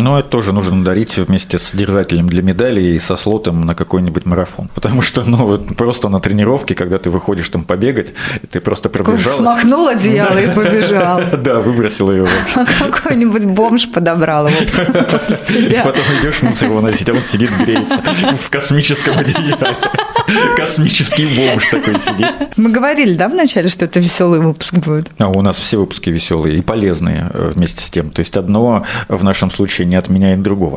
Но это тоже нужно дарить вместе с держателем для медали и со слотом на какой-нибудь марафон. Потому что, просто на тренировке, когда ты выходишь там побегать, ты просто пробежалась. Смахнул одеяло и побежал. Да, выбросила его вообще. Какой-нибудь бомж подобрал его после тебя. Потом идешь мусор выносить, а он сидит, греется в космическом одеяле. Космический бомж такой сидит. Мы говорили, да, вначале, что это веселый выпуск будет? А у нас все выпуски веселые и полезные вместе с тем. То есть одно в нашем случае не отменяет другого.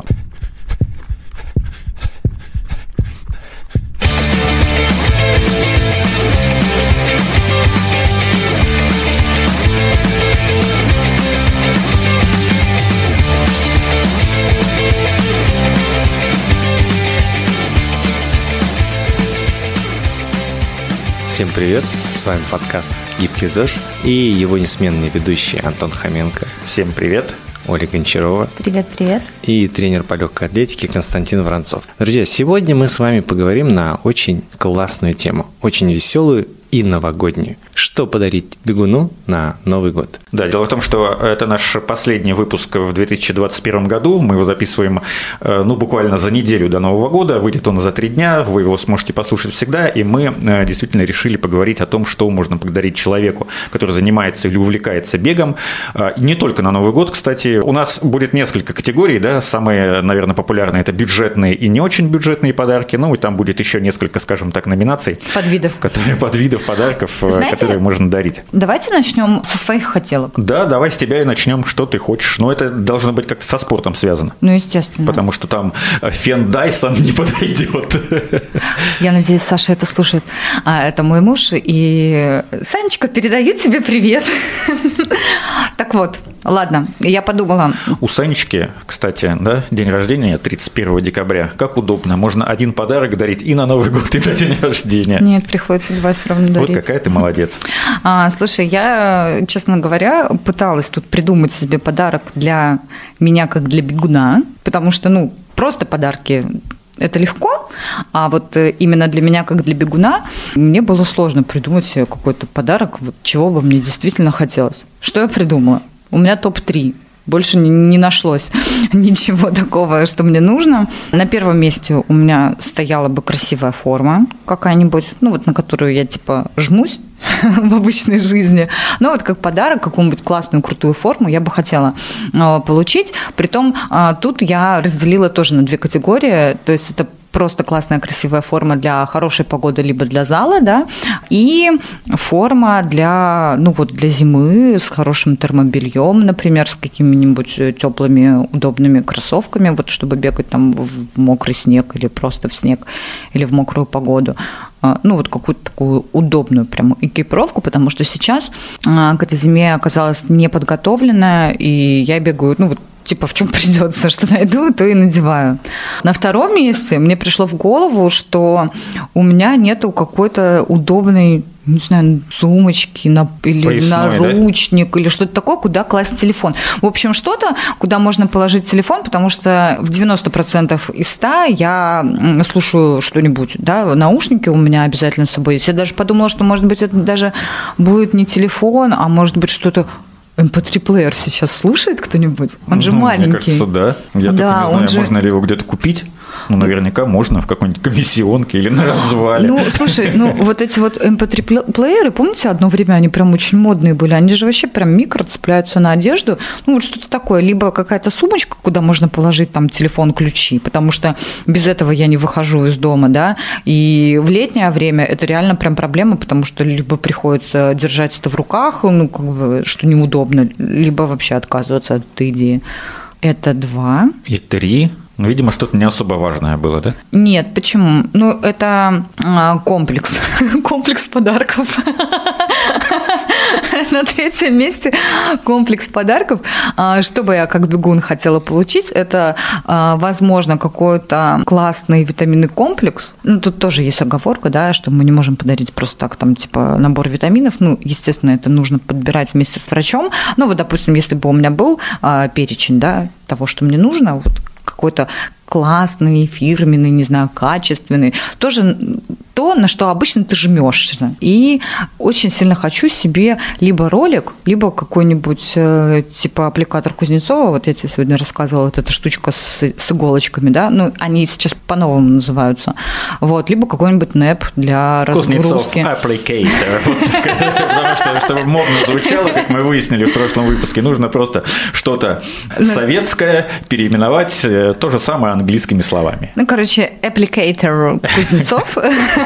Всем привет, с вами подкаст «Гибкий ЗОЖ» и его несменный ведущий Антон Хоменко. Всем привет. Оля Гончарова. Привет. И тренер по легкой атлетике Константин Воронцов. Друзья, сегодня мы с вами поговорим на очень классную тему, очень веселую и новогоднюю. Что подарить бегуну на Новый год? Да, дело в том, что это наш последний выпуск в 2021 году. Мы его записываем буквально за неделю до Нового года. Выйдет он за 3 дня, вы его сможете послушать всегда. И мы действительно решили поговорить о том, что можно подарить человеку, который занимается или увлекается бегом. Не только на Новый год, кстати. У нас будет несколько категорий. Да? Самые, наверное, популярные – это бюджетные и не очень бюджетные подарки. И там будет еще несколько, скажем так, номинаций. Подвидов подарков, знаете, которые можно дарить. Давайте начнем со своих хотелок. Да, давай с тебя и начнем, что ты хочешь. Но это должно быть как-то со спортом связано. Естественно. Потому что там фен Дайсон не подойдет. Я надеюсь, Саша это слушает. Это мой муж. И Санечка передает тебе привет. Так вот, ладно, я подумала. У Санечки, кстати, да, день рождения 31 декабря. Как удобно. Можно один подарок дарить и на Новый год, и на день рождения. Нет, приходится 2 все равно дарить. Вот какая ты молодец. Слушай, я, честно говоря, пыталась тут придумать себе подарок для меня, как для бегуна, потому что, просто подарки – это легко, а вот именно для меня, как для бегуна, мне было сложно придумать себе какой-то подарок, чего бы мне действительно хотелось. Что я придумала? У меня топ-3. Больше не нашлось ничего такого, что мне нужно. На первом месте у меня стояла бы красивая форма какая-нибудь, на которую я жмусь в обычной жизни. Но как подарок какую-нибудь классную, крутую форму я бы хотела получить. Притом тут я разделила тоже на 2 категории. То есть это просто классная, красивая форма для хорошей погоды, либо для зала, да, и форма для, для зимы с хорошим термобельем, например, с какими-нибудь теплыми, удобными кроссовками, чтобы бегать там в мокрый снег или просто в снег, или в мокрую погоду. Какую-то такую удобную прям экипировку, потому что сейчас к этой зиме оказалась неподготовленная, и я бегаю, в чем придется, что найду, то и надеваю. На втором месте мне пришло в голову, что у меня нету какой-то удобной, не знаю, сумочки или поясной, наручник, да? Или что-то такое, куда класть телефон. В общем, что-то, куда можно положить телефон, потому что в 90% из 100 я слушаю что-нибудь. Да? Наушники у меня обязательно с собой есть. Я даже подумала, что, может быть, это даже будет не телефон, а может быть, что-то... MP3-плеер сейчас слушает кто-нибудь? Он же маленький. Мне кажется, да. Я только не знаю, можно ли его где-то купить. Наверняка можно в какой-нибудь комиссионке или на развале. Слушай, вот эти вот MP3-плееры, помните, одно время они прям очень модные были, они же вообще прям микро цепляются на одежду, что-то такое, либо какая-то сумочка, куда можно положить там телефон, ключи, потому что без этого я не выхожу из дома, да, и в летнее время это реально прям проблема, потому что либо приходится держать это в руках, что неудобно, либо вообще отказываться от этой идеи. Это 2. И 3. Видимо, что-то не особо важное было, да? Нет, почему? Это комплекс. Комплекс подарков. На 3-м месте комплекс подарков. Что бы я как бегун хотела получить, это, возможно, какой-то классный витаминный комплекс. Тут тоже есть оговорка, да, что мы не можем подарить просто так, набор витаминов. Естественно, это нужно подбирать вместе с врачом. Допустим, если бы у меня был перечень, да, того, что мне нужно, какой-то классный, фирменный, не знаю, качественный. Тоже то, на что обычно ты жмешься. И очень сильно хочу себе либо ролик, либо какой-нибудь типа аппликатор Кузнецова. Вот я тебе сегодня рассказывала, вот эта штучка с иголочками, да, ну, они сейчас по-новому называются. Вот, либо какой-нибудь нэп для разгрузки. Кузнецов аппликатор. Потому что, чтобы модно звучало, как мы выяснили в прошлом выпуске, нужно просто что-то советское переименовать то же самое английскими словами. Ну, короче, аппликатор Кузнецов.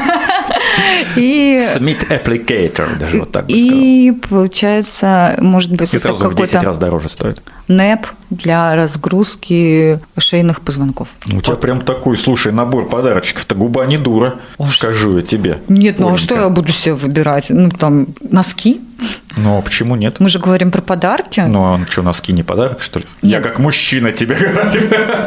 И Smith Applicator, даже вот так бы сказал. И получается, может быть, и это сразу в 10 какой-то раз дороже стоит. нэп для разгрузки шейных позвонков. У тебя прям такой, слушай, набор подарочков-то, губа не дура, скажу я тебе. Нет, ну а что я буду себе выбирать? Ну, там, носки? Ну, а почему нет? Мы же говорим про подарки. Ну, а что, носки не подарок, что ли? Нет. Я как мужчина тебе говорю.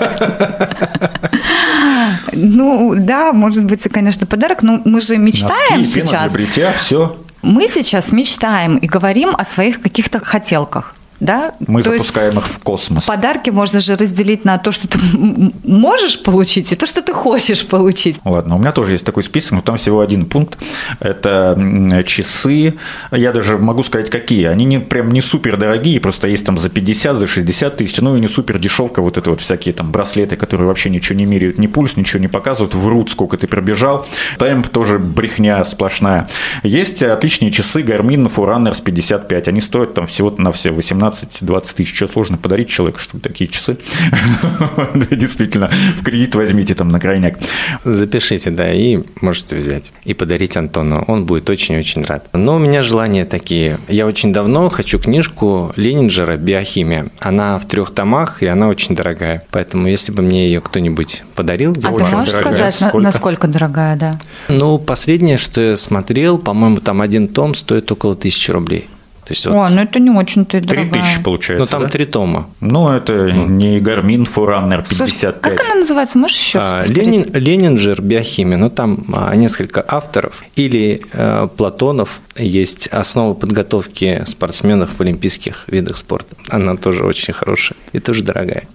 Ну, да, может быть, конечно, подарок, но мы же мечтаем носки, пена сейчас. для бритья, все. Мы сейчас мечтаем и говорим о своих каких-то хотелках. Да? Мы то запускаем их в космос. Подарки можно же разделить на то, что ты можешь получить, и то, что ты хочешь получить. Ладно, у меня тоже есть такой список, но там всего один пункт. Это часы. Я даже могу сказать, какие. Они прям не супер дорогие, просто есть там за 50, за 60 тысяч. Ну и не супер дешевка. Вот это вот всякие там браслеты, которые вообще ничего не меряют, ни пульс, ничего не показывают, врут, сколько ты пробежал. Темп тоже брехня сплошная. Есть отличные часы Garmin Forerunner 55. Они стоят там всего на все 18-20 тысяч. Что сложно подарить человеку, чтобы такие часы? Действительно, в кредит возьмите там на крайняк. Запишите, да, и можете взять. И подарить Антону. Он будет очень-очень рад. Но у меня желания такие. Я очень давно хочу книжку Ленинджера «Биохимия». Она в 3 томах, и она очень дорогая. Поэтому, если бы мне ее кто-нибудь подарил... А ты можешь сказать, насколько дорогая, да? Ну, последнее, что я смотрел, по-моему, там 1 том стоит около 1000 рублей. То есть, вот, ну это не очень-то и дорогая. 3000 получается, ну, там да? 3 тома. Ну, это не Garmin Forerunner 55. Слушай, как она называется? Можешь еще повторить? Ленинджер «Биохимия». Ну, там несколько авторов. Или Платонов. Есть «Основа подготовки спортсменов в олимпийских видах спорта». Она тоже очень хорошая и тоже дорогая.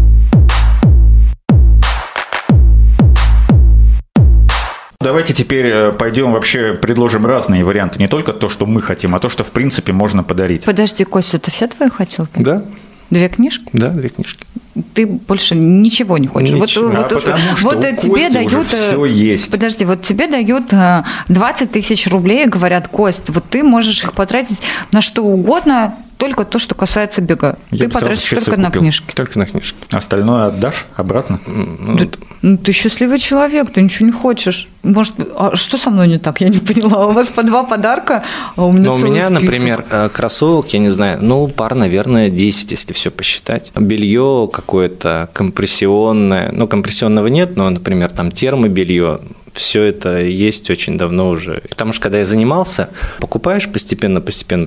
Давайте теперь пойдем вообще предложим разные варианты. Не только то, что мы хотим, а то, что в принципе можно подарить. Подожди, Костя, это все твои хотелки? Да. 2 книжки? Да, 2 книжки. Ты больше ничего не хочешь. Ничего. Потому что вот у тебе Кости дают, уже все есть. Подожди, вот тебе дают 20 тысяч рублей, говорят, Кость, вот ты можешь их потратить на что угодно, только то, что касается бега. Я ты потратишь только на книжки. Только на книжки. Остальное отдашь обратно? Ты счастливый человек, ты ничего не хочешь. Может, а что со мной не так? Я не поняла. У вас по 2 подарка, а у меня целый список. Например, кроссовок, я не знаю, пар, наверное, 10, если все посчитать. Белье какое-то компрессионное. Компрессионного нет, но, например, там термобелье. Все это есть очень давно уже. Потому что, когда я занимался, покупаешь постепенно,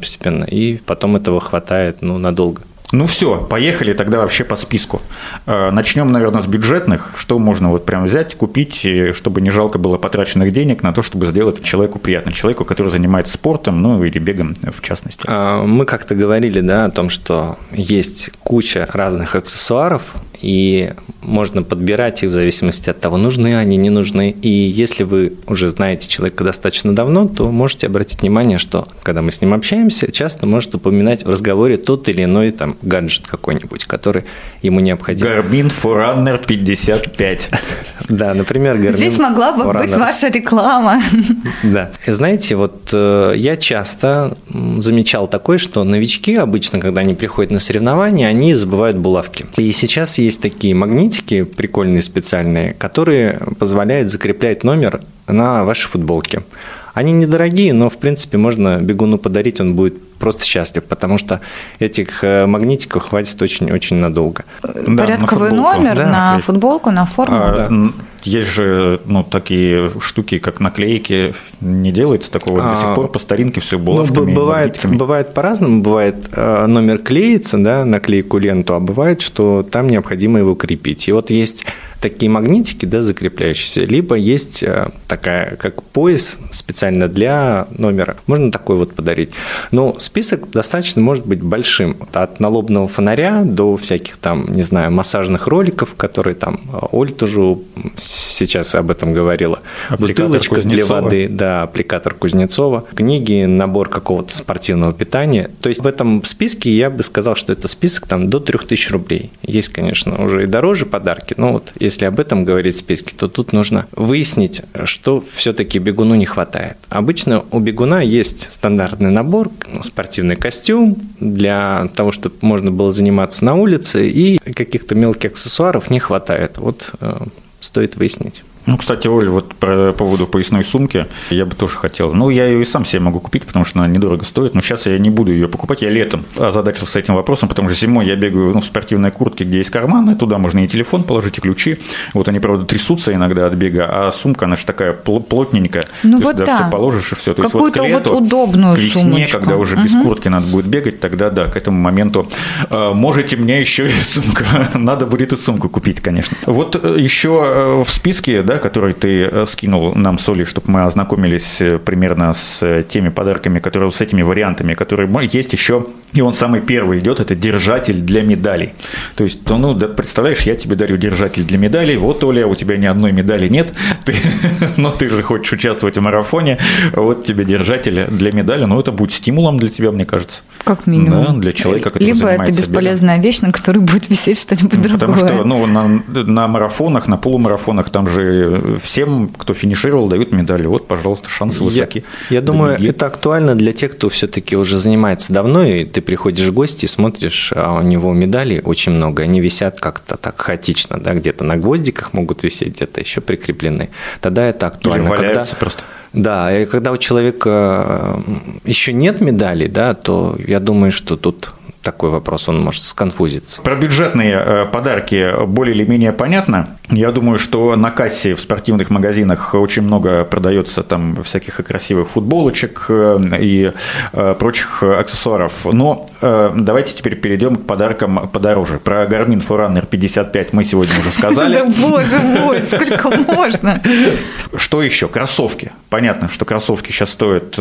и потом этого хватает, надолго. Ну все, поехали тогда вообще по списку. Начнем, наверное, с бюджетных. Что можно вот прям взять, купить, чтобы не жалко было потраченных денег на то, чтобы сделать человеку приятно. Человеку, который занимается спортом, или бегом в частности. Мы как-то говорили, о том, что есть куча разных аксессуаров, и можно подбирать их в зависимости от того, нужны они, не нужны. И если вы уже знаете человека достаточно давно, то можете обратить внимание, что когда мы с ним общаемся, часто может упоминать в разговоре тот или иной гаджет какой-нибудь, который ему необходим. Garmin Forerunner 55. Да, например, Garmin Здесь могла бы быть ваша реклама. Да. Знаете, вот я часто замечал такое, что новички обычно, когда они приходят на соревнования, они забывают булавки. И сейчас есть такие магнитики прикольные, специальные, которые позволяют закреплять номер на вашей футболке. Они недорогие, но, в принципе, можно бегуну подарить, он будет просто счастлив, потому что этих магнитиков хватит очень-очень надолго. Порядковый номер на футболку, на форму. Есть же такие штуки, как наклейки, не делается такого до сих пор, по старинке все булавками. Бывает по-разному, бывает номер клеится, наклейку, ленту, а бывает, что там необходимо его крепить. И вот есть такие магнитики, да, закрепляющиеся, либо есть такая, как пояс специально для номера. Можно такой вот подарить. Но список достаточно может быть большим. От налобного фонаря до всяких там, не знаю, массажных роликов, которые там, Оль тоже сейчас об этом говорила. Бутылочка для воды, да, аппликатор Кузнецова, книги, набор какого-то спортивного питания. То есть в этом списке я бы сказал, что это список там до 3000 рублей. Есть, конечно, уже и дороже подарки, но вот если об этом говорить в списке, то тут нужно выяснить, что все-таки бегуну не хватает. Обычно у бегуна есть стандартный набор, спортивный костюм для того, чтобы можно было заниматься на улице, и каких-то мелких аксессуаров не хватает. Вот стоит выяснить. Ну, кстати, Оль, вот по поводу поясной сумки я бы тоже хотел. Ну, я ее и сам себе могу купить, потому что она недорого стоит, но сейчас я не буду ее покупать. Я летом озадачился этим вопросом, потому что зимой я бегаю в спортивной куртке, где есть карманы, туда можно и телефон положить, и ключи. Вот они, правда, трясутся иногда от бега, а сумка, она же такая плотненькая. Ну, то вот есть, да. Все положишь, и все. То какую-то есть, вот к лету, вот удобную к весне, сумочку. когда уже без куртки надо будет бегать, тогда, да, к этому моменту можете мне еще и сумку, надо будет и сумку купить, конечно. Вот еще в списке, да, который ты скинул нам с Олей, чтобы мы ознакомились примерно с теми подарками, которые с этими вариантами, которые есть еще. И он самый первый идет, это держатель для медалей. То есть, ну, да, представляешь, я тебе дарю держатель для медалей. Вот, Оля, у тебя ни одной медали нет, но ты же хочешь участвовать в марафоне. Вот тебе держатель для медали. Ну, это будет стимулом для тебя, мне кажется. Как минимум. Да, для человека, который либо занимается это бесполезная вещь, на которой будет висеть что-нибудь другое. Потому что на марафонах, на полумарафонах, там же всем, кто финишировал, дают медали. Вот, пожалуйста, шансы высоки. Я думаю, это актуально для тех, кто все-таки уже занимается давно, и ты приходишь в гости и смотришь, а у него медалей очень много. Они висят как-то так хаотично, да, где-то на гвоздиках могут висеть, где-то еще прикреплены. Тогда это актуально. Или валяются просто. Да, и когда у человека еще нет медалей, да, то я думаю, что тут такой вопрос, он может сконфузиться. Про бюджетные подарки более или менее понятно. Я думаю, что на кассе в спортивных магазинах очень много продается там всяких красивых футболочек и прочих аксессуаров. Но давайте теперь перейдем к подаркам подороже. Про Garmin Forerunner 55 мы сегодня уже сказали. Да боже мой, сколько можно? Что еще? Кроссовки. Понятно, что кроссовки сейчас стоят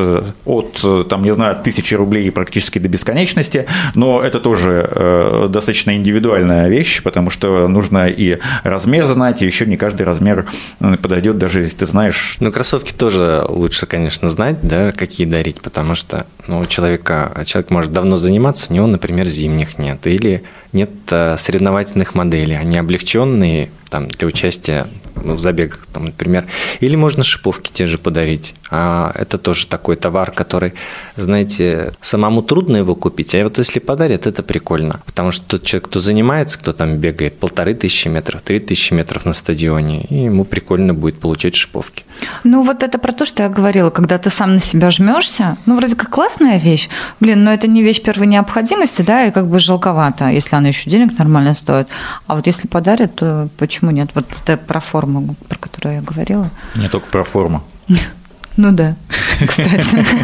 от, там, не знаю, от 1000 рублей практически до бесконечности, но это тоже достаточно индивидуальная вещь, потому что нужно и размер знать, и еще не каждый размер подойдет, даже если ты знаешь. Ну, кроссовки тоже лучше, конечно, знать, да, какие дарить, потому что человек может давно заниматься, у него, например, зимних нет, или нет соревновательных моделей, они облегченные там, для участия в забегах, там, например. Или можно шиповки те же подарить. А это тоже такой товар, который, знаете, самому трудно его купить, а вот если подарят, это прикольно. Потому что тот человек, кто занимается, кто там бегает 1500 метров, 3000 метров на стадионе, и ему прикольно будет получать шиповки. Ну, вот это про то, что я говорила, когда ты сам на себя жмешься, вроде как классная вещь, но это не вещь первой необходимости, да, и как бы жалковато, если она еще денег нормально стоит. А вот если подарят, то почему нет? Вот это про форму, про которую я говорила. Не только про форму. Ну да, кстати.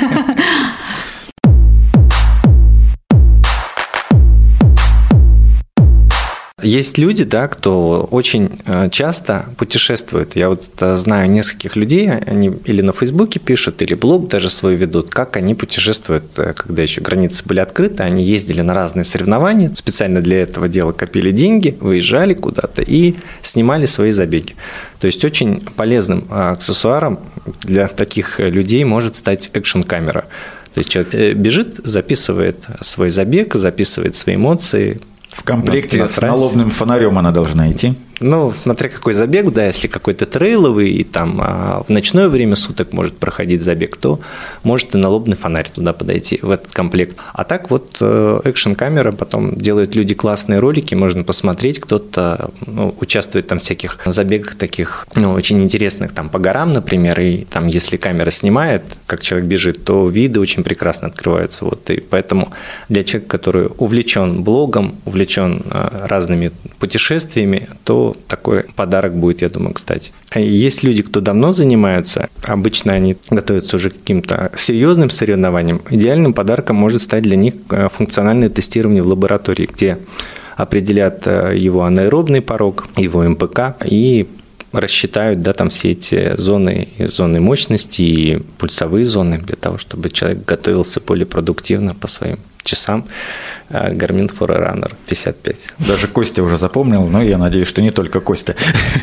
Есть люди, да, кто очень часто путешествует. Я вот знаю нескольких людей, они или на Фейсбуке пишут, или блог даже свой ведут, как они путешествуют, когда еще границы были открыты, они ездили на разные соревнования, специально для этого дела копили деньги, выезжали куда-то и снимали свои забеги. То есть очень полезным аксессуаром для таких людей может стать экшн-камера. То есть человек бежит, записывает свой забег, записывает свои эмоции. В комплекте с налобным фонарем она должна идти. Ну, смотря какой забег, да, если какой-то трейловый, и там в ночное время суток может проходить забег, то может и налобный фонарь туда подойти, в этот комплект. А так вот экшн-камера, потом делают люди классные ролики, можно посмотреть, кто-то участвует там в всяких забегах таких, очень интересных, там по горам, например, и там если камера снимает, как человек бежит, то виды очень прекрасно открываются. Вот, и поэтому для человека, который увлечен блогом, увлечен разными путешествиями, то такой подарок будет, я думаю, кстати. Есть люди, кто давно занимаются, обычно они готовятся уже к каким-то серьезным соревнованиям. Идеальным подарком может стать для них функциональное тестирование в лаборатории, где определят его анаэробный порог, его МПК и рассчитают, да, там все эти зоны мощности и пульсовые зоны для того, чтобы человек готовился более продуктивно по своим часам. Garmin Forerunner 55. Даже Костя уже запомнил, но я надеюсь, что не только Костя.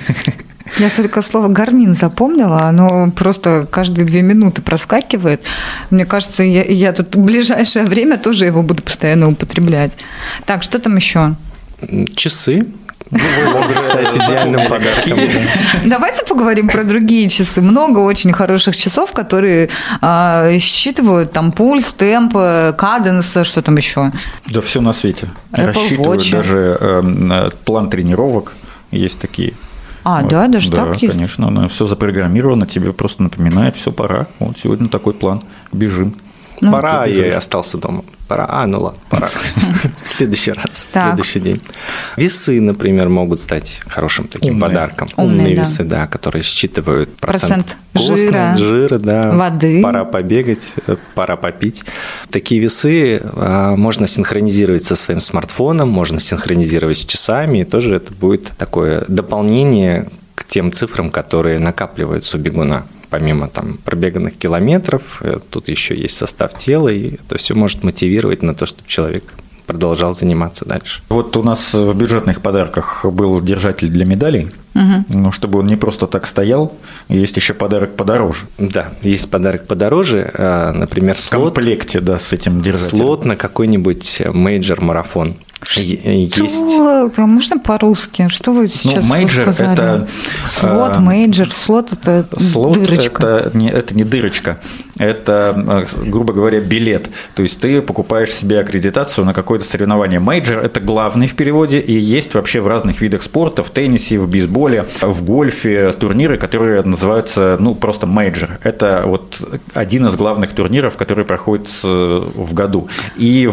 Я только слово «Гармин» запомнила, оно просто каждые 2 минуты проскакивает. Мне кажется, я тут в ближайшее время тоже его буду постоянно употреблять. Так, что там еще? Часы. Могут стать идеальным подарком. Давайте поговорим про другие часы. Много очень хороших часов, которые считывают там пульс, темп, каденс, что там еще? Да все на свете. Apple Рассчитывают Watch. Даже план тренировок. Есть такие. Вот. Да, даже так есть? Да, конечно. Оно все запрограммировано, тебе просто напоминает, все, пора. Вот сегодня такой план. Бежим. Пора, я остался дома. Пора. Ну ладно, пора. В следующий раз, в следующий день. Весы, например, могут стать хорошим таким подарком. Умные весы, да, которые считывают процент жира, да, воды. Пора побегать, пора попить. Такие весы можно синхронизировать со своим смартфоном, можно синхронизировать с часами, и тоже это будет такое дополнение к тем цифрам, которые накапливаются у бегуна. Помимо там пробеганных километров, тут еще есть состав тела, и это все может мотивировать на то, чтобы человек продолжал заниматься дальше. Вот у нас в бюджетных подарках был держатель для медалей, но чтобы он не просто так стоял, есть еще подарок подороже. Да, есть подарок подороже, например, слот. В комплекте, да, с этим держателем. Слот на какой-нибудь мейджор-марафон. Есть. А можно по-русски? Что вы сейчас сказали? Это слот, мейджор, слот – это дырочка. Это не дырочка, это, грубо говоря, билет. То есть ты покупаешь себе аккредитацию на какое-то соревнование. Мейджор – это главный в переводе, и есть вообще в разных видах спорта, в теннисе, в бейсболе, в гольфе турниры, которые называются просто мейджор. Это вот один из главных турниров, который проходит в году. И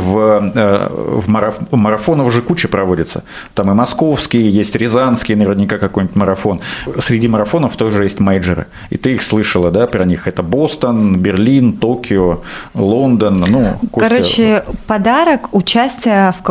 в марафонов уже куча проводится. Там и московские, есть рязанские, наверняка какой-нибудь марафон. Среди марафонов тоже есть мейджоры. И ты их слышала, да, про них. Это Бостон, Берлин, Токио, Лондон. Костя... Короче, подарок участия в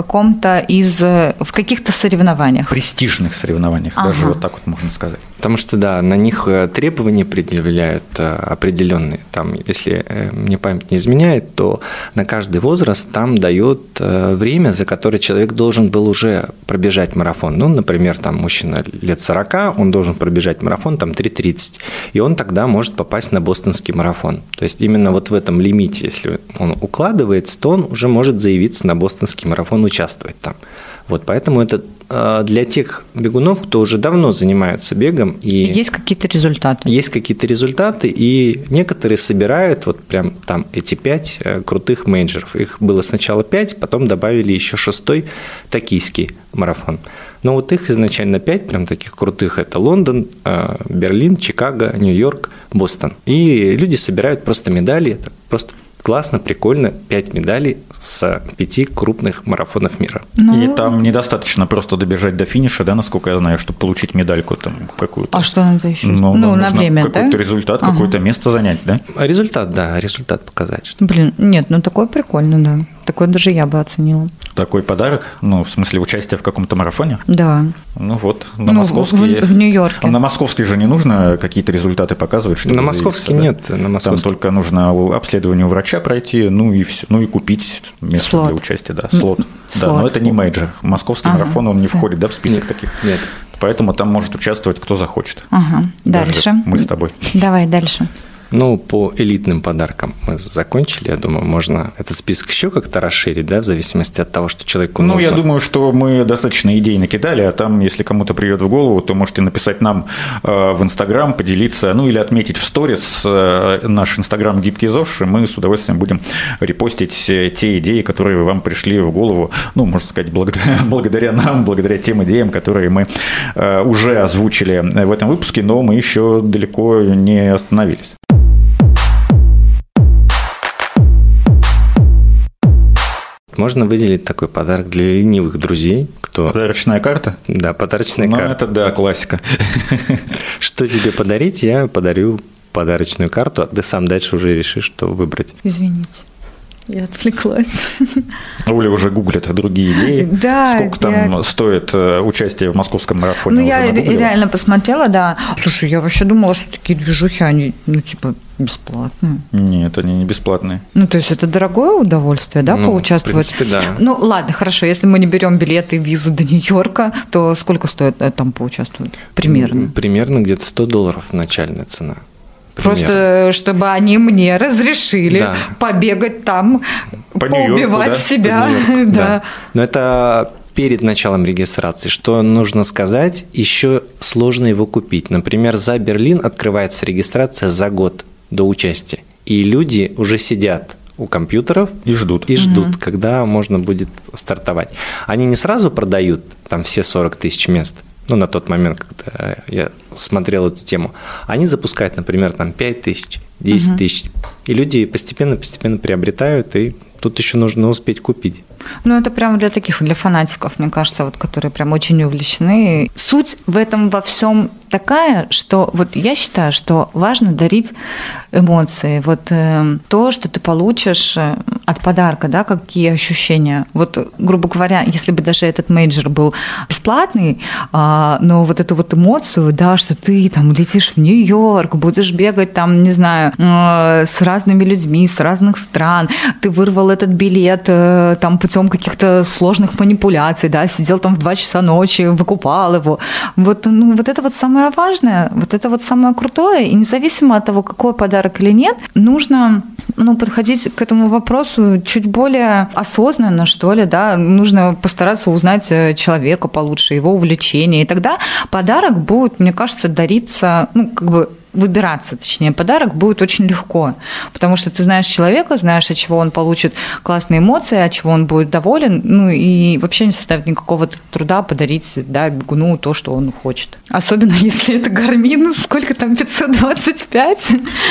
каких-то соревнованиях. Престижных соревнованиях, даже вот так вот можно сказать. Потому что, да, на них требования предъявляют определенные. Там, если мне память не изменяет, то на каждый возраст там дает время, за которое человек должен был уже пробежать марафон. Например, там мужчина лет 40, он должен пробежать марафон там 3:30, и он тогда может попасть на бостонский марафон. То есть именно вот в этом лимите, если он укладывается, то он уже может заявиться на бостонский марафон, участвовать там. Вот поэтому это для тех бегунов, кто уже давно занимается бегом. И есть какие-то результаты. Есть какие-то результаты, и некоторые собирают вот прям там эти 5 крутых мейджоров. Их было сначала 5, потом добавили еще 6-й токийский марафон. Но вот их изначально 5 прям таких крутых. Это Лондон, Берлин, Чикаго, Нью-Йорк, Бостон. И люди собирают просто медали, это просто классно, прикольно, 5 медалей с 5 крупных марафонов мира. И там недостаточно просто добежать до финиша, да, насколько я знаю, чтобы получить медальку там какую-то. А что надо еще? На время, какой-то результат, какое-то место занять, да? Результат показать. Блин, нет, такое прикольно, да. Такое даже я бы оценила. Такой подарок? В смысле, участие в каком-то марафоне? Да. На московский... В Нью-Йорке. На московский же не нужно какие-то результаты показывать? На московский нет. Там только нужно обследование у врача пройти, и все. И купить место для участия, да, слот. Да, но это не мейджор. Московский марафон, он не входит, да, в список таких? Нет. Поэтому там может участвовать кто захочет. Дальше. Мы с тобой. Давай дальше. По элитным подаркам мы закончили. Я думаю, можно этот список еще как-то расширить, да, в зависимости от того, что человеку нужно. Я думаю, что мы достаточно идей накидали, а там, если кому-то придет в голову, то можете написать нам в Инстаграм, поделиться, или отметить в сторис наш Инстаграм «Гибкий ЗОЖ», и мы с удовольствием будем репостить те идеи, которые вам пришли в голову, можно сказать, благодаря нам, благодаря тем идеям, которые мы уже озвучили в этом выпуске, но мы еще далеко не остановились. Можно выделить такой подарок для ленивых друзей. Подарочная карта? Да, подарочная карта. Это, да, классика. Что тебе подарить? Я подарю подарочную карту, а ты сам дальше уже решишь, что выбрать. Извините. Я отвлеклась. Оля уже гуглит другие идеи. Да, сколько там стоит участие в московском марафоне? Ну, я реально посмотрела, да. Слушай, я вообще думала, что такие движухи, они, бесплатные. Нет, они не бесплатные. Ну, то есть это дорогое удовольствие, да, поучаствовать? В принципе, да. Ну, ладно, хорошо, если мы не берем билеты и визу до Нью-Йорка, то сколько стоит там поучаствовать? Примерно? Примерно где-то $100 начальная цена. Просто, чтобы они мне разрешили побегать там, поубивать себя. Да. Но это перед началом регистрации. Что нужно сказать? Еще сложно его купить. Например, за Берлин открывается регистрация за год до участия. И люди уже сидят у компьютеров и ждут, когда можно будет стартовать. Они не сразу продают там все 40 тысяч мест, на тот момент, когда я смотрел эту тему, они запускают, например, там 5 тысяч, 10 тысяч, и люди постепенно приобретают, и тут еще нужно успеть купить. Ну, это прямо для фанатиков, мне кажется, которые прям очень увлечены. Суть в этом во всем такая, что я считаю, что важно дарить эмоции. То, что ты получишь от подарка, да, какие ощущения. Грубо говоря, если бы даже этот мейджор был бесплатный, но эту эмоцию, да, что ты там летишь в Нью-Йорк, будешь бегать там, не знаю, с разными людьми, с разных стран, ты вырвал этот билет там путем каких-то сложных манипуляций, да, сидел там в 2 часа ночи, выкупал его. Это самое важное, это самое крутое, и независимо от того, какой подарок или нет, нужно подходить к этому вопросу чуть более осознанно, что ли, да, нужно постараться узнать человека получше, его увлечения, и тогда подарок будет, мне кажется, дариться, выбираться, точнее, подарок будет очень легко, потому что ты знаешь человека, знаешь, от чего он получит классные эмоции, от чего он будет доволен, и вообще не составит никакого труда подарить, да, бегуну то, что он хочет. Особенно, если это Garmin, сколько там, 525?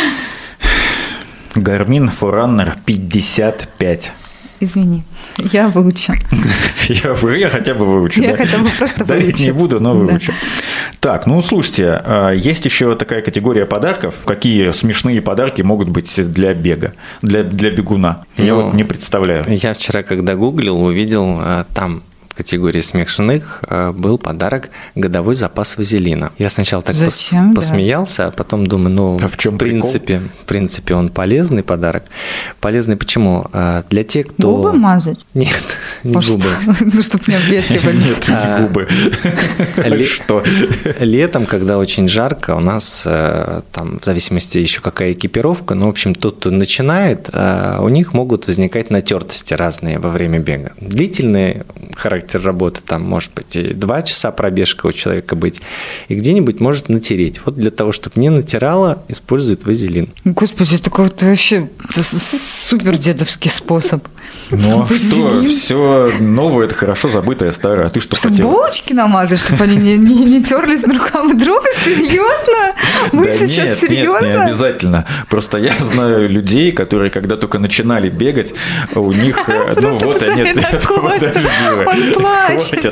Garmin Forerunner 55. Извини, я выучу. Я хотя бы выучу. Я хотя бы просто выучу. Дарить не буду, но выучу. Так, слушайте, есть еще такая категория подарков. Какие смешные подарки могут быть для бега, для бегуна? Я не представляю. Я вчера, когда гуглил, увидел там в категории смешанных был подарок годовой запас вазелина. Я сначала так посмеялся, а потом думаю, в чем в принципе, он полезный подарок. Полезный почему? Для тех, кто... Губы мазать? Нет, не губы. Чтобы не обветривались. Нет, не губы. Что? Летом, когда очень жарко, у нас там, в зависимости еще какая экипировка, в общем, тот, кто начинает, у них могут возникать натертости разные во время бега. Длительный характер работы, там может быть и 2 часа пробежка у человека быть, и где-нибудь может натереть. Для того, чтобы не натирало, используют вазелин. Господи, это какой-то вообще супер дедовский способ. Ну а что, все новое, это хорошо забытое старое. А ты что хотел? Булочки намазать, чтобы они не терлись друг об друга? Серьезно? Мы сейчас серьезно? Нет, не обязательно. Просто я знаю людей, которые, когда только начинали бегать, у них, они Он плачет.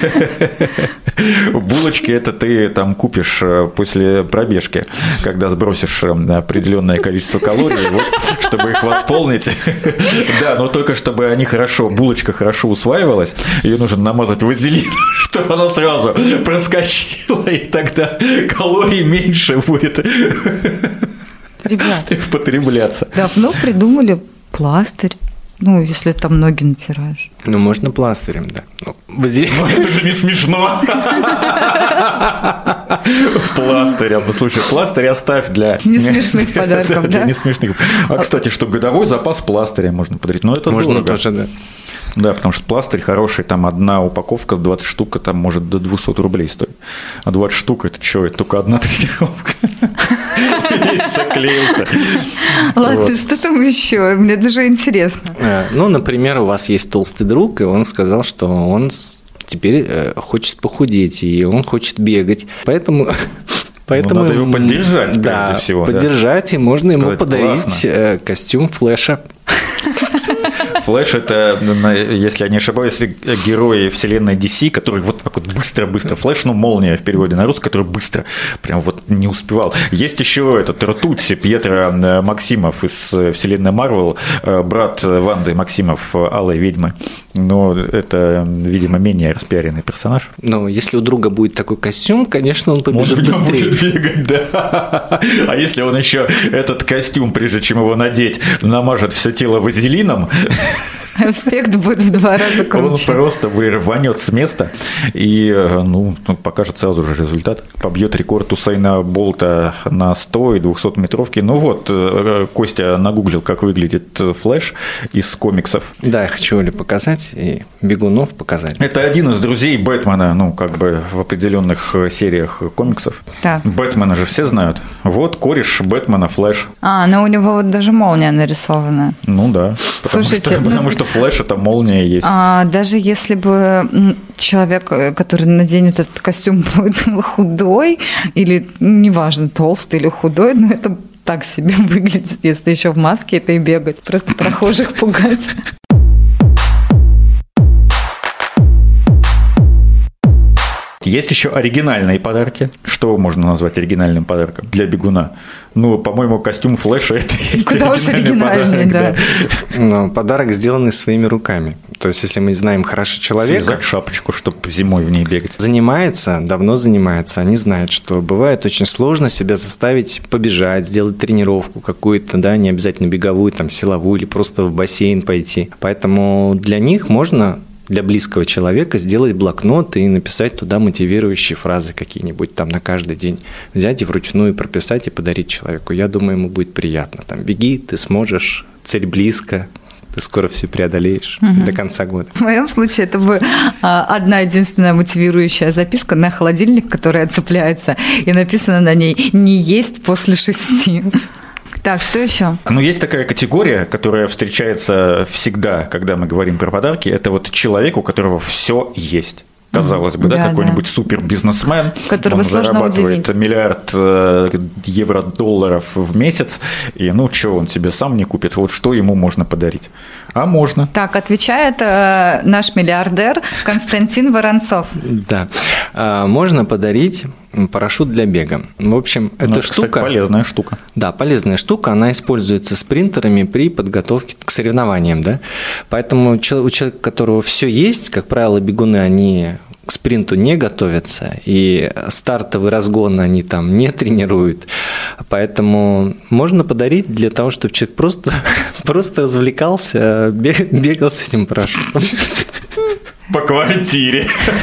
Булочки это ты там купишь после пробежки, когда сбросишь определенное количество калорий, чтобы их восполнить. Да, но только чтобы они булочка хорошо усваивалась, ее нужно намазать вазелином, чтобы она сразу проскочила, и тогда калорий меньше будет потребляться. Давно придумали пластырь. Если там ноги натираешь. Можно пластырем, да. Это же не смешно. Пластырем. Слушай, пластырь оставь для... несмешных подарков, да? Для несмешных. А, кстати, что годовой запас пластыря можно подарить. Но это можно дорого. Тоже, да. Да, потому что пластырь хороший, там одна упаковка, 20 штук, там может до 200 рублей стоить. А 20 штук, это что, это только одна тренировка. Весь заклеился. Ладно, что там еще? Мне даже интересно. Например, у вас есть толстый друг, и он сказал, что он теперь хочет похудеть, и он хочет бегать. Поэтому надо его поддержать, прежде всего. Поддержать, и можно ему подарить костюм Флэша. Флэш – это, если я не ошибаюсь, герои вселенной DC, который вот так вот быстро-быстро. Флэш, молния в переводе на русский, который быстро прям вот не успевал. Есть еще этот Ртуть Пьетро Максимов из вселенной Марвел, брат Ванды Максимов, Алой ведьмы. Но это, видимо, менее распиаренный персонаж. Но если у друга будет такой костюм, конечно, он побежит быстрее. Может бегать, да. А если он еще этот костюм, прежде чем его надеть, намажет все тело вазелином, эффект будет в 2 раза круче. Он просто рванет с места и покажет сразу же результат. Побьет рекорд Усейна Болта на 100 и 200-метровке. Ну вот, Костя нагуглил, как выглядит Флэш из комиксов. Да, я хочу Оле показать и бегунов показать. Это один из друзей Бэтмена, в определенных сериях комиксов. Да. Бэтмена же все знают. Вот кореш Бэтмена Флэш. Но у него вот даже молния нарисована. Ну да. Потому что Флэш – это молния есть. Даже если бы человек, который наденет этот костюм, будет худой, или, неважно, толстый или худой, но это так себе выглядит, если еще в маске это и бегать, просто прохожих пугать. Есть еще оригинальные подарки. Что можно назвать оригинальным подарком для бегуна? По-моему, костюм Флэша – это есть куда уж оригинальный, подарок. Да. Но подарок, сделанный своими руками. То есть, если мы знаем хорошо человека… Связать шапочку, чтобы зимой в ней бегать. Давно занимается. Они знают, что бывает очень сложно себя заставить побежать, сделать тренировку какую-то, не обязательно беговую, силовую или просто в бассейн пойти. Поэтому для них можно… для близкого человека сделать блокнот и написать туда мотивирующие фразы какие-нибудь на каждый день. Взять и вручную прописать и подарить человеку. Я думаю, ему будет приятно. Беги, ты сможешь, цель близко, ты скоро все преодолеешь до конца года. В моем случае это бы одна единственная мотивирующая записка на холодильник, которая цепляется, и написано на ней «Не есть после 6». Так, что еще? Есть такая категория, которая встречается всегда, когда мы говорим про подарки. Это вот человек, у которого все есть. Казалось бы, какой-нибудь супербизнесмен, которого он зарабатывает миллиард евро-долларов в месяц, и что он себе сам не купит, вот что ему можно подарить? А можно. Так, отвечает наш миллиардер Константин Воронцов. Да, можно подарить парашют для бега. В общем, эта штука… Кстати, полезная штука. Да, полезная штука, она используется спринтерами при подготовке к соревнованиям, Поэтому у человека, у которого все есть, как правило, бегуны, они к спринту не готовятся, и стартовый разгон они не тренируют. Поэтому можно подарить для того, чтобы человек просто развлекался, бегал с этим парашютом. По квартире.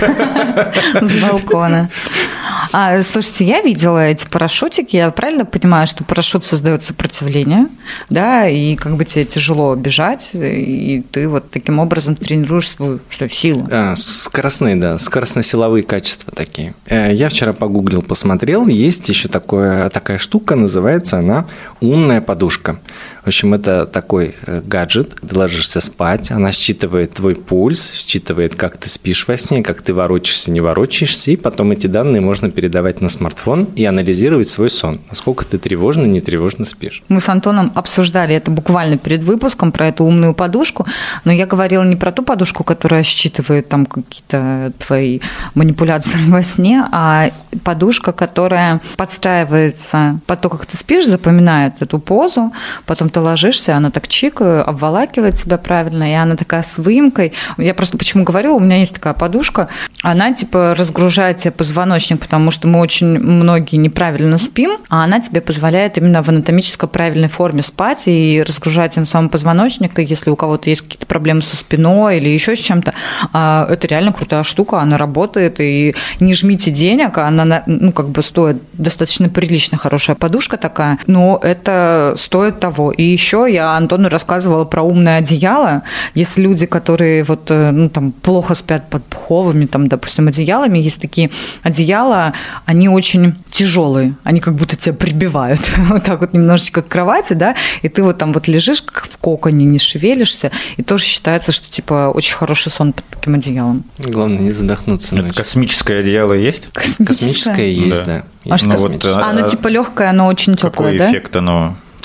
С балкона. Слушайте, я видела эти парашютики, я правильно понимаю, что парашют создает сопротивление, и тебе тяжело бежать, и ты вот таким образом тренируешь свою силу? Скоростные, скоростно-силовые качества такие. Я вчера погуглил, посмотрел, есть еще такая штука, называется она «умная подушка». В общем, это такой гаджет, ты ложишься спать, она считывает твой пульс, считывает, как ты спишь во сне, как ты ворочаешься, не ворочаешься, и потом эти данные можно передавать на смартфон и анализировать свой сон, насколько ты тревожно, не тревожно спишь. Мы с Антоном обсуждали это буквально перед выпуском, про эту умную подушку, но я говорила не про ту подушку, которая считывает какие-то твои манипуляции во сне, а подушка, которая подстраивается под то, как ты спишь, запоминает эту позу, потом ты ложишься, она так чик, обволакивает тебя правильно, и она такая с выемкой. Я просто почему говорю, у меня есть такая подушка, она разгружает тебе позвоночник, потому что мы очень многие неправильно спим, а она тебе позволяет именно в анатомической правильной форме спать и разгружать тем самым позвоночник, и если у кого-то есть какие-то проблемы со спиной или еще с чем-то, это реально крутая штука, она работает, и не жмите денег, она стоит достаточно прилично, хорошая подушка такая, но это стоит того. И еще я Антону рассказывала про умное одеяло. Если люди, которые плохо спят под пуховыми, допустим, одеялами, есть такие одеяла, они очень тяжелые, они как будто тебя прибивают вот так вот немножечко к кровати, и ты лежишь как в коконе, не шевелишься, и тоже считается, что очень хороший сон под таким одеялом. Главное не задохнуться ночью. Космическое одеяло есть? Космическое есть, да. А что? Легкое, но очень теплое, какой да? Какой эффект оно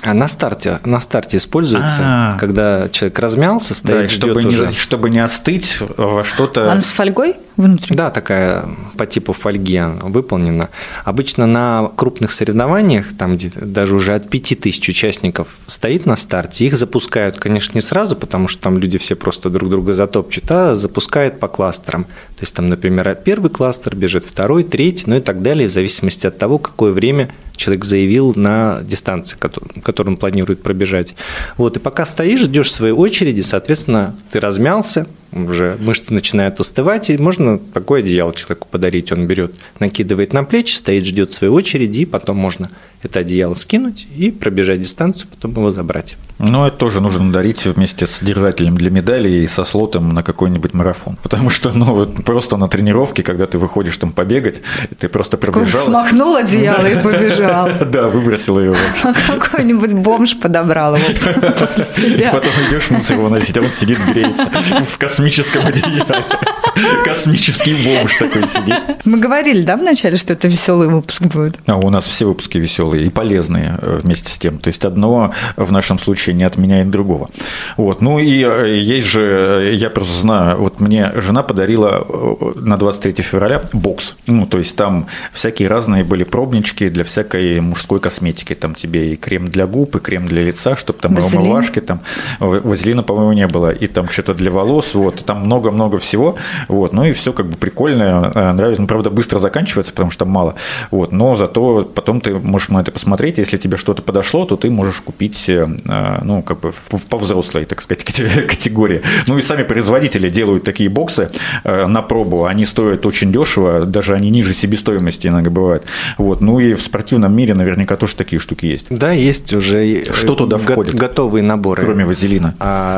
А на старте используется, когда человек размялся, стоит, ждет уже. Чтобы не остыть во что-то… Она с фольгой внутри? Да, такая по типу фольги она выполнена. Обычно на крупных соревнованиях, там где даже уже от 5000 участников стоит на старте, их запускают, конечно, не сразу, потому что там люди все просто друг друга затопчут, а запускают по кластерам. То есть там, например, первый кластер бежит, второй, третий, ну и так далее, в зависимости от того, какое время человек заявил на дистанции, которую он планирует пробежать. Вот, и пока стоишь, ждешь своей очереди, соответственно, ты размялся, уже мышцы начинают остывать, и можно такое одеяло человеку подарить. Он берет, накидывает на плечи, стоит, ждет своей очереди, и потом можно это одеяло скинуть и пробежать дистанцию, потом его забрать. Ну, это тоже нужно дарить вместе с держателем для медалей и со слотом на какой-нибудь марафон. Потому что, просто на тренировке, когда ты выходишь там побегать, ты просто пробежалась. Смахнул одеяло и побежал. Да, выбросила его вообще. Какой-нибудь бомж подобрал его после тебя. Потом идешь мусор выносить, а он сидит, греется в космическом одеяле. Космический бомж такой сидит. Мы говорили, да, вначале, что это веселый выпуск будет? А у нас все выпуски веселые и полезные вместе с тем. То есть одно в нашем случае не отменяет другого. Вот. Ну и есть же, я просто знаю, вот мне жена подарила на 23 февраля бокс. Ну, то есть там всякие разные были пробнички для всякой мужской косметики. Там тебе и крем для губ, и крем для лица, чтобы там умывашки, там вазелина, по-моему, не было, и там что-то для волос, вот, там много-много всего. Вот. Ну и все как бы прикольно, нравится. Ну, правда, быстро заканчивается, потому что там мало. Вот. Но зато потом ты можешь на это посмотреть. Если тебе что-то подошло, то ты можешь купить, ну, как бы по взрослой, так сказать, категории. Ну и сами производители делают такие боксы на пробу. Они стоят очень дешево, даже они ниже себестоимости иногда бывают. Вот. Ну и в спортивном мире наверняка тоже такие штуки есть. Да, есть уже что туда входит? Готовые наборы. Кроме вазелина.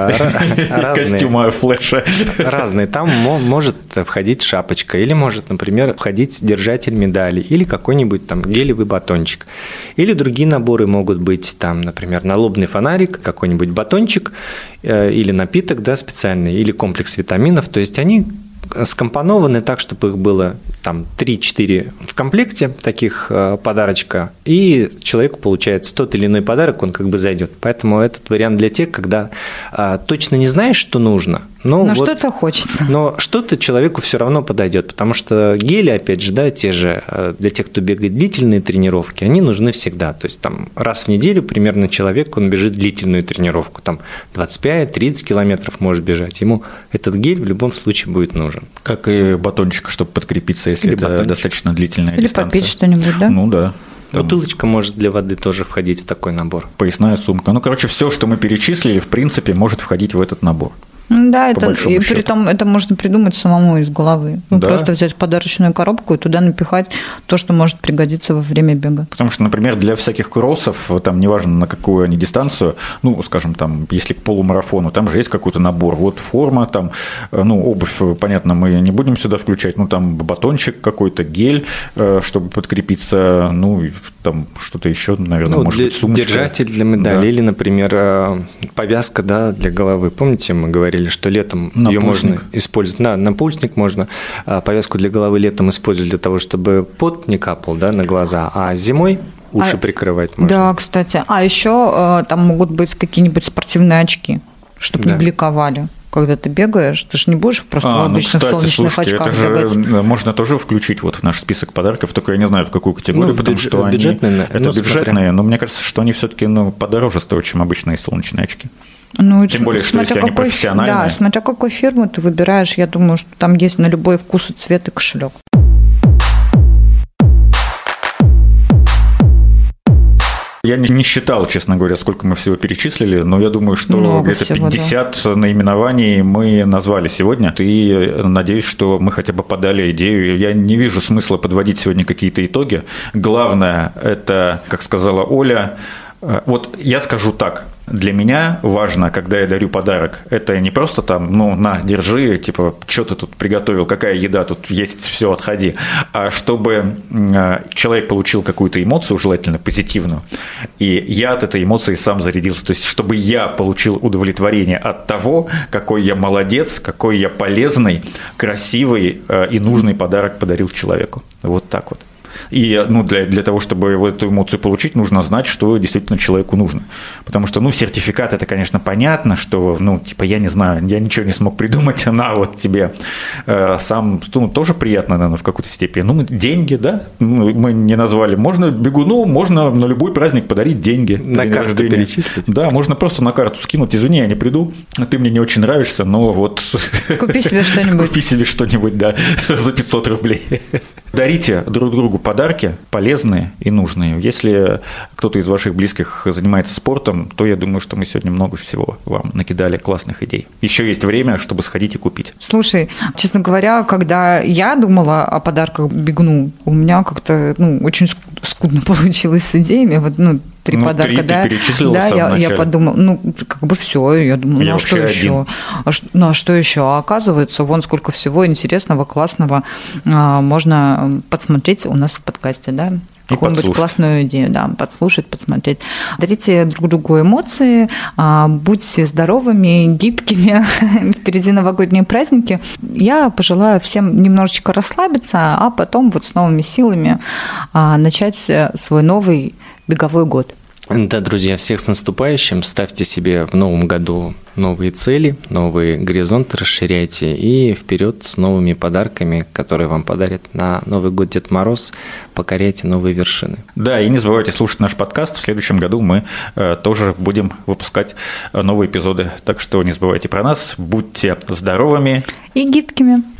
Костюма Флэша. Разные. Там может входить шапочка, или может, например, входить держатель медали, или какой-нибудь там гелевый батончик. Или другие наборы могут быть, там, например, налобный фонарик, какой-нибудь батончик или напиток, да, специальный, или комплекс витаминов. То есть они скомпонованы так, чтобы их было там 3-4 в комплекте, таких подарочка, и человеку получается тот или иной подарок, он как бы зайдет. Поэтому этот вариант для тех, когда точно не знаешь, что нужно, но вот, что-то хочется. Но что-то человеку все равно подойдет, потому что гели, опять же, да, те же для тех, кто бегает длительные тренировки, они нужны всегда. То есть там раз в неделю примерно человек, он бежит длительную тренировку, там 25-30 километров может бежать, ему этот гель в любом случае будет нужен. Как и батончик, чтобы подкрепиться, если или это батончик. Достаточно длительная или дистанция. Или попить что-нибудь, да? Ну да. Там. Бутылочка может для воды тоже входить в такой набор. Поясная сумка. Ну, короче, все, что мы перечислили, в принципе, может входить в этот набор. Да, и притом это можно придумать самому из головы. Ну, да. Просто взять подарочную коробку и туда напихать то, что может пригодиться во время бега. Потому что, например, для всяких кроссов, там неважно на какую они дистанцию, ну, скажем, там, если к полумарафону, там же есть какой-то набор. Вот форма, там, ну, обувь, понятно, мы не будем сюда включать, ну, там батончик какой-то, гель, чтобы подкрепиться, ну, там что-то еще, наверное, ну, может быть, сумочка. Держатель для медали, да. Или, например, повязка, да, для головы. Помните, мы говорили, что летом ее можно использовать. Да, напульсник можно. Повязку для головы летом использовать для того, чтобы пот не капал, да, на глаза, а зимой уши прикрывать можно. Да, кстати. А еще там могут быть какие-нибудь спортивные очки, чтобы не бликовали. Когда ты бегаешь, ты же не будешь просто в обычных солнечных очках бегать. Это же можно тоже включить вот в наш список подарков, только я не знаю, в какую категорию, потому что бюджетные, это бюджетные, но мне кажется, что они все-таки подороже стоят, чем обычные солнечные очки. Ну, тем более, что если они профессиональные. Да, смотря какой фирмы ты выбираешь, я думаю, что там есть на любой вкус и цвет и кошелек. Я не считал, честно говоря, сколько мы всего перечислили, но я думаю, что где-то 50 наименований мы назвали сегодня. И надеюсь, что мы хотя бы подали идею. Я не вижу смысла подводить сегодня какие-то итоги. Главное, это, как сказала Оля, вот я скажу так. Для меня важно, когда я дарю подарок, это не просто там, ну, на, держи, типа, что ты тут приготовил, какая еда тут есть, все, отходи, а чтобы человек получил какую-то эмоцию, желательно позитивную, и я от этой эмоции сам зарядился, то есть чтобы я получил удовлетворение от того, какой я молодец, какой я полезный, красивый и нужный подарок подарил человеку. Вот так вот. И для того, чтобы эту эмоцию получить, нужно знать, что действительно человеку нужно. Потому что, сертификат – это, конечно, понятно, что, я не знаю, я ничего не смог придумать, вот тебе сам, тоже приятно, наверное, в какой-то степени. Деньги, да, мы не назвали. Можно бегуну, можно на любой праздник подарить деньги. На карту перечислить? Да, можно просто на карту скинуть. Извини, я не приду, ты мне не очень нравишься, но вот… Купи себе что-нибудь. Купи себе что-нибудь, да, за 500 рублей. Дарите друг другу подарки полезные и нужные. Если кто-то из ваших близких занимается спортом, то я думаю, что мы сегодня много всего вам накидали классных идей. Еще есть время, чтобы сходить и купить. Слушай, честно говоря, когда я думала о подарках бегуну, у меня как-то очень скудно получилось с идеями. Три подарка, ты перечислила в самом я начале. подумала, все, я думала, что еще? Что еще? А оказывается, вон сколько всего интересного, классного можно подсмотреть у нас в подкасте, да? Какую-нибудь классную идею, да, подслушать, подсмотреть. Дарите друг другу эмоции, будьте здоровыми, гибкими, впереди новогодние праздники. Я пожелаю всем немножечко расслабиться, а потом с новыми силами начать свой новый беговой год. Да, друзья, всех с наступающим. Ставьте себе в новом году новые цели, новые горизонты расширяйте и вперед с новыми подарками, которые вам подарит на Новый год Дед Мороз. Покоряйте новые вершины. Да, и не забывайте слушать наш подкаст. В следующем году мы тоже будем выпускать новые эпизоды. Так что не забывайте про нас. Будьте здоровыми и гибкими.